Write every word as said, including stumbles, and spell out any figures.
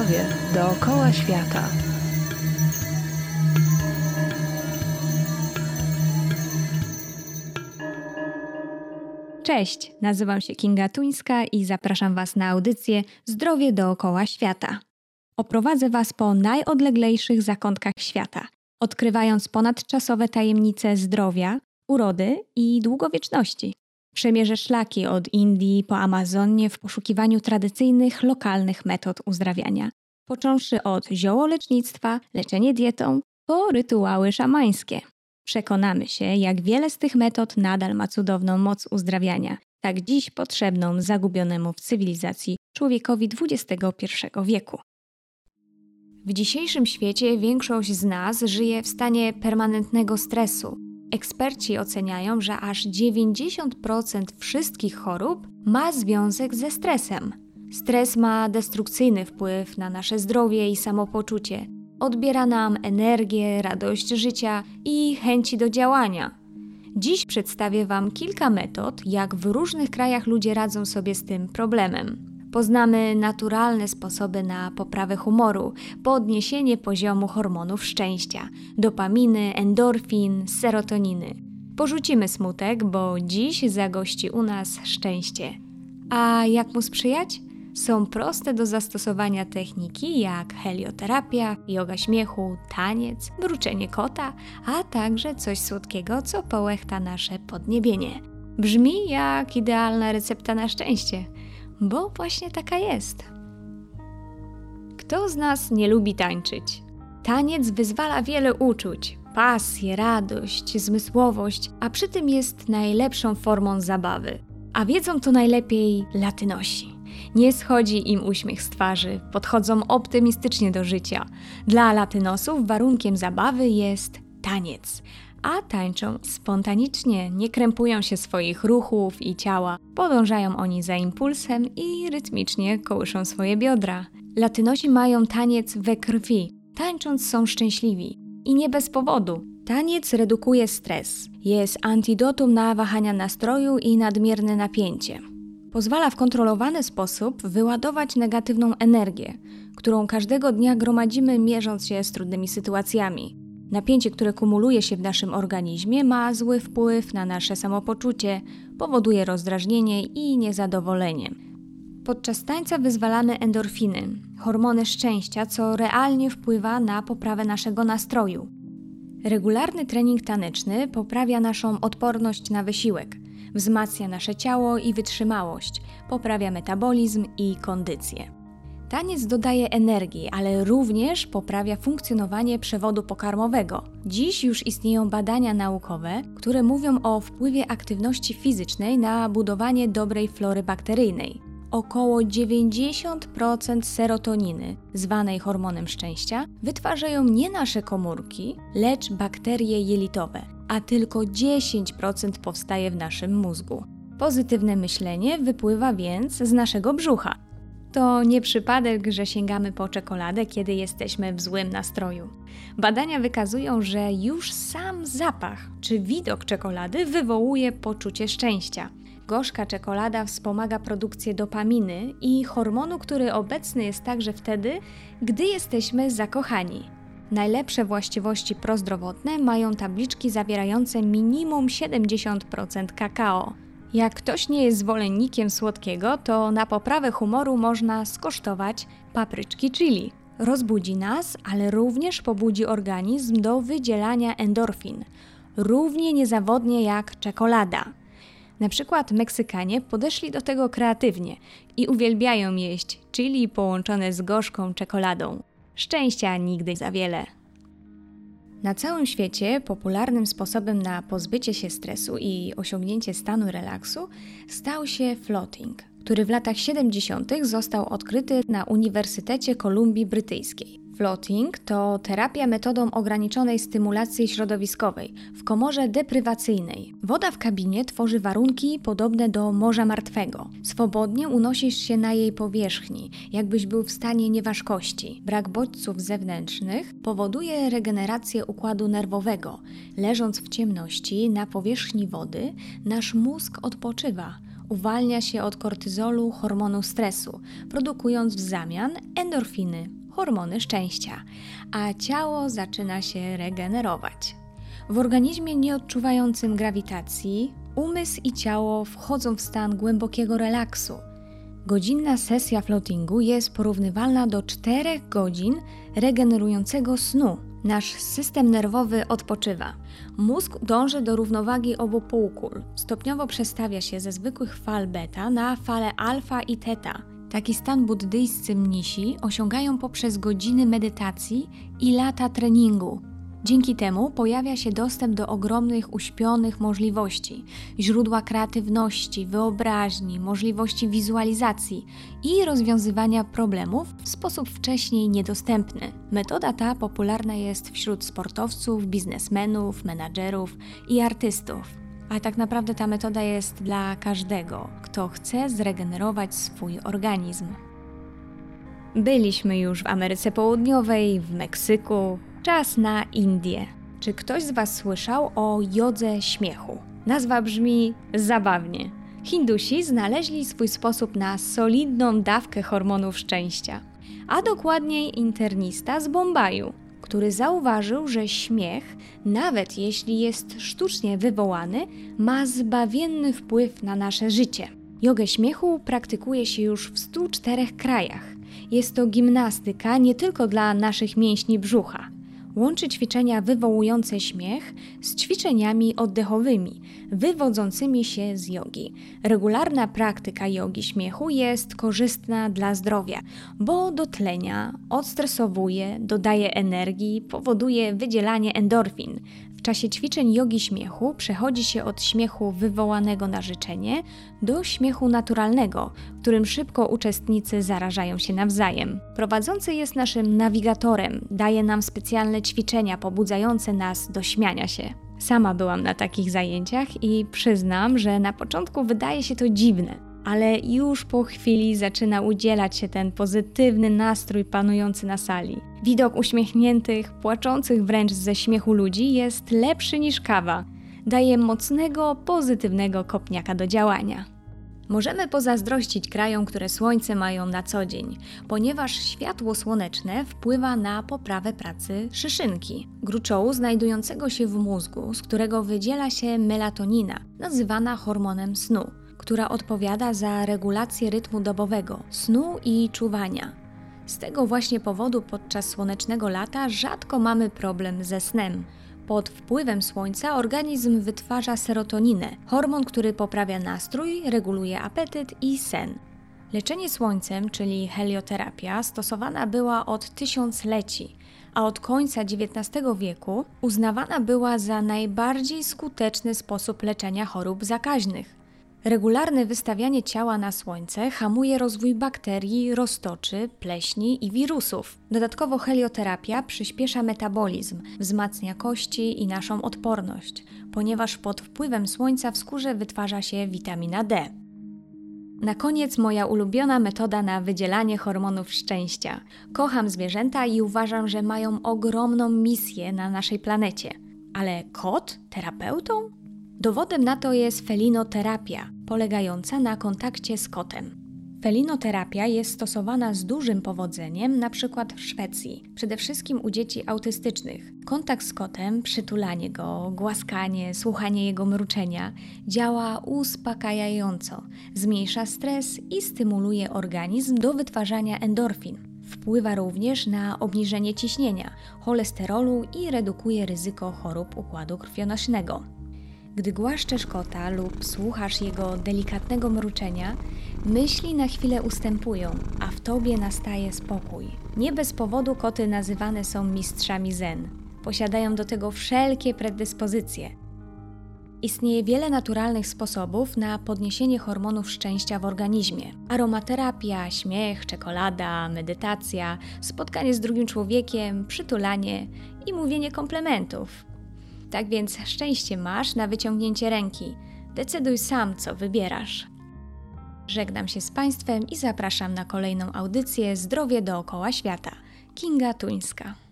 Zdrowie dookoła świata. Cześć, nazywam się Kinga Tuńska i zapraszam Was na audycję Zdrowie dookoła świata. Oprowadzę Was po najodleglejszych zakątkach świata, odkrywając ponadczasowe tajemnice zdrowia, urody i długowieczności. Przemierzę szlaki od Indii po Amazonię w poszukiwaniu tradycyjnych, lokalnych metod uzdrawiania. Począwszy od ziołolecznictwa, leczenie dietą, po rytuały szamańskie. Przekonamy się, jak wiele z tych metod nadal ma cudowną moc uzdrawiania, tak dziś potrzebną zagubionemu w cywilizacji człowiekowi dwudziestego pierwszego wieku. W dzisiejszym świecie większość z nas żyje w stanie permanentnego stresu. Eksperci oceniają, że aż dziewięćdziesiąt procent wszystkich chorób ma związek ze stresem. Stres ma destrukcyjny wpływ na nasze zdrowie i samopoczucie. Odbiera nam energię, radość życia i chęci do działania. Dziś przedstawię Wam kilka metod, jak w różnych krajach ludzie radzą sobie z tym problemem. Poznamy naturalne sposoby na poprawę humoru, podniesienie poziomu hormonów szczęścia, dopaminy, endorfin, serotoniny. Porzucimy smutek, bo dziś zagości u nas szczęście. A jak mu sprzyjać? Są proste do zastosowania techniki jak helioterapia, joga śmiechu, taniec, mruczenie kota, a także coś słodkiego, co połechta nasze podniebienie. Brzmi jak idealna recepta na szczęście, bo właśnie taka jest. Kto z nas nie lubi tańczyć? Taniec wyzwala wiele uczuć, pasję, radość, zmysłowość, a przy tym jest najlepszą formą zabawy. A wiedzą to najlepiej Latynosi. Nie schodzi im uśmiech z twarzy, podchodzą optymistycznie do życia. Dla Latynosów warunkiem zabawy jest taniec, a tańczą spontanicznie, nie krępują się swoich ruchów i ciała. Podążają oni za impulsem i rytmicznie kołyszą swoje biodra. Latynosi mają taniec we krwi, tańcząc są szczęśliwi i nie bez powodu. Taniec redukuje stres, jest antidotum na wahania nastroju i nadmierne napięcie. Pozwala w kontrolowany sposób wyładować negatywną energię, którą każdego dnia gromadzimy, mierząc się z trudnymi sytuacjami. Napięcie, które kumuluje się w naszym organizmie, ma zły wpływ na nasze samopoczucie, powoduje rozdrażnienie i niezadowolenie. Podczas tańca wyzwalamy endorfiny, hormony szczęścia, co realnie wpływa na poprawę naszego nastroju. Regularny trening taneczny poprawia naszą odporność na wysiłek, wzmacnia nasze ciało i wytrzymałość, poprawia metabolizm i kondycję. Taniec dodaje energii, ale również poprawia funkcjonowanie przewodu pokarmowego. Dziś już istnieją badania naukowe, które mówią o wpływie aktywności fizycznej na budowanie dobrej flory bakteryjnej. Około dziewięćdziesiąt procent serotoniny, zwanej hormonem szczęścia, wytwarzają nie nasze komórki, lecz bakterie jelitowe, a tylko dziesięć procent powstaje w naszym mózgu. Pozytywne myślenie wypływa więc z naszego brzucha. To nie przypadek, że sięgamy po czekoladę, kiedy jesteśmy w złym nastroju. Badania wykazują, że już sam zapach czy widok czekolady wywołuje poczucie szczęścia. Gorzka czekolada wspomaga produkcję dopaminy i hormonu, który obecny jest także wtedy, gdy jesteśmy zakochani. Najlepsze właściwości prozdrowotne mają tabliczki zawierające minimum siedemdziesiąt procent kakao. Jak ktoś nie jest zwolennikiem słodkiego, to na poprawę humoru można skosztować papryczki chili. Rozbudzi nas, ale również pobudzi organizm do wydzielania endorfin, równie niezawodnie jak czekolada. Na przykład Meksykanie podeszli do tego kreatywnie i uwielbiają jeść chili połączone z gorzką czekoladą. Szczęścia nigdy za wiele. Na całym świecie popularnym sposobem na pozbycie się stresu i osiągnięcie stanu relaksu stał się floating, który w latach siedemdziesiątych został odkryty na Uniwersytecie Kolumbii Brytyjskiej. Floating to terapia metodą ograniczonej stymulacji środowiskowej w komorze deprywacyjnej. Woda w kabinie tworzy warunki podobne do Morza Martwego. Swobodnie unosisz się na jej powierzchni, jakbyś był w stanie nieważkości. Brak bodźców zewnętrznych powoduje regenerację układu nerwowego. Leżąc w ciemności na powierzchni wody, nasz mózg odpoczywa, Uwalnia się od kortyzolu, hormonu stresu, produkując w zamian endorfiny, hormony szczęścia, a ciało zaczyna się regenerować. W organizmie nieodczuwającym grawitacji umysł i ciało wchodzą w stan głębokiego relaksu. Godzinna sesja floatingu jest porównywalna do czterech godzin regenerującego snu. Nasz system nerwowy odpoczywa. Mózg dąży do równowagi obu półkul. Stopniowo przestawia się ze zwykłych fal beta na fale alfa i teta. Taki stan buddyjscy mnisi osiągają poprzez godziny medytacji i lata treningu. Dzięki temu pojawia się dostęp do ogromnych, uśpionych możliwości, źródła kreatywności, wyobraźni, możliwości wizualizacji i rozwiązywania problemów w sposób wcześniej niedostępny. Metoda ta popularna jest wśród sportowców, biznesmenów, menadżerów i artystów. Ale tak naprawdę ta metoda jest dla każdego, kto chce zregenerować swój organizm. Byliśmy już w Ameryce Południowej, w Meksyku. Czas na Indię. Czy ktoś z Was słyszał o jodze śmiechu? Nazwa brzmi zabawnie. Hindusi znaleźli swój sposób na solidną dawkę hormonów szczęścia, a dokładniej internista z Bombaju, który zauważył, że śmiech, nawet jeśli jest sztucznie wywołany, ma zbawienny wpływ na nasze życie. Jogę śmiechu praktykuje się już w stu czterech krajach. Jest to gimnastyka nie tylko dla naszych mięśni brzucha. Łączy ćwiczenia wywołujące śmiech z ćwiczeniami oddechowymi, wywodzącymi się z jogi. Regularna praktyka jogi śmiechu jest korzystna dla zdrowia, bo dotlenia, odstresowuje, dodaje energii, powoduje wydzielanie endorfin. W czasie ćwiczeń jogi śmiechu przechodzi się od śmiechu wywołanego na życzenie do śmiechu naturalnego, w którym szybko uczestnicy zarażają się nawzajem. Prowadzący jest naszym nawigatorem, daje nam specjalne ćwiczenia pobudzające nas do śmiania się. Sama byłam na takich zajęciach i przyznam, że na początku wydaje się to dziwne, ale już po chwili zaczyna udzielać się ten pozytywny nastrój panujący na sali. Widok uśmiechniętych, płaczących wręcz ze śmiechu ludzi jest lepszy niż kawa. Daje mocnego, pozytywnego kopniaka do działania. Możemy pozazdrościć krajom, które słońce mają na co dzień, ponieważ światło słoneczne wpływa na poprawę pracy szyszynki, gruczołu znajdującego się w mózgu, z którego wydziela się melatonina, nazywana hormonem snu, która odpowiada za regulację rytmu dobowego, snu i czuwania. Z tego właśnie powodu podczas słonecznego lata rzadko mamy problem ze snem. Pod wpływem słońca organizm wytwarza serotoninę, hormon, który poprawia nastrój, reguluje apetyt i sen. Leczenie słońcem, czyli helioterapia, stosowana była od tysiącleci, a od końca dziewiętnastego wieku uznawana była za najbardziej skuteczny sposób leczenia chorób zakaźnych. Regularne wystawianie ciała na słońce hamuje rozwój bakterii, roztoczy, pleśni i wirusów. Dodatkowo helioterapia przyspiesza metabolizm, wzmacnia kości i naszą odporność, ponieważ pod wpływem słońca w skórze wytwarza się witamina D. Na koniec moja ulubiona metoda na wydzielanie hormonów szczęścia. Kocham zwierzęta i uważam, że mają ogromną misję na naszej planecie. Ale kot terapeutą? Dowodem na to jest felinoterapia, polegająca na kontakcie z kotem. Felinoterapia jest stosowana z dużym powodzeniem, np. w Szwecji, przede wszystkim u dzieci autystycznych. Kontakt z kotem, przytulanie go, głaskanie, słuchanie jego mruczenia działa uspokajająco, zmniejsza stres i stymuluje organizm do wytwarzania endorfin. Wpływa również na obniżenie ciśnienia, cholesterolu i redukuje ryzyko chorób układu krwionośnego. Gdy głaszczesz kota lub słuchasz jego delikatnego mruczenia, myśli na chwilę ustępują, a w tobie nastaje spokój. Nie bez powodu koty nazywane są mistrzami zen. Posiadają do tego wszelkie predyspozycje. Istnieje wiele naturalnych sposobów na podniesienie hormonów szczęścia w organizmie. Aromaterapia, śmiech, czekolada, medytacja, spotkanie z drugim człowiekiem, przytulanie i mówienie komplementów. Tak więc szczęście masz na wyciągnięcie ręki. Decyduj sam, co wybierasz. Żegnam się z Państwem i zapraszam na kolejną audycję Zdrowie dookoła świata. Kinga Tuńska.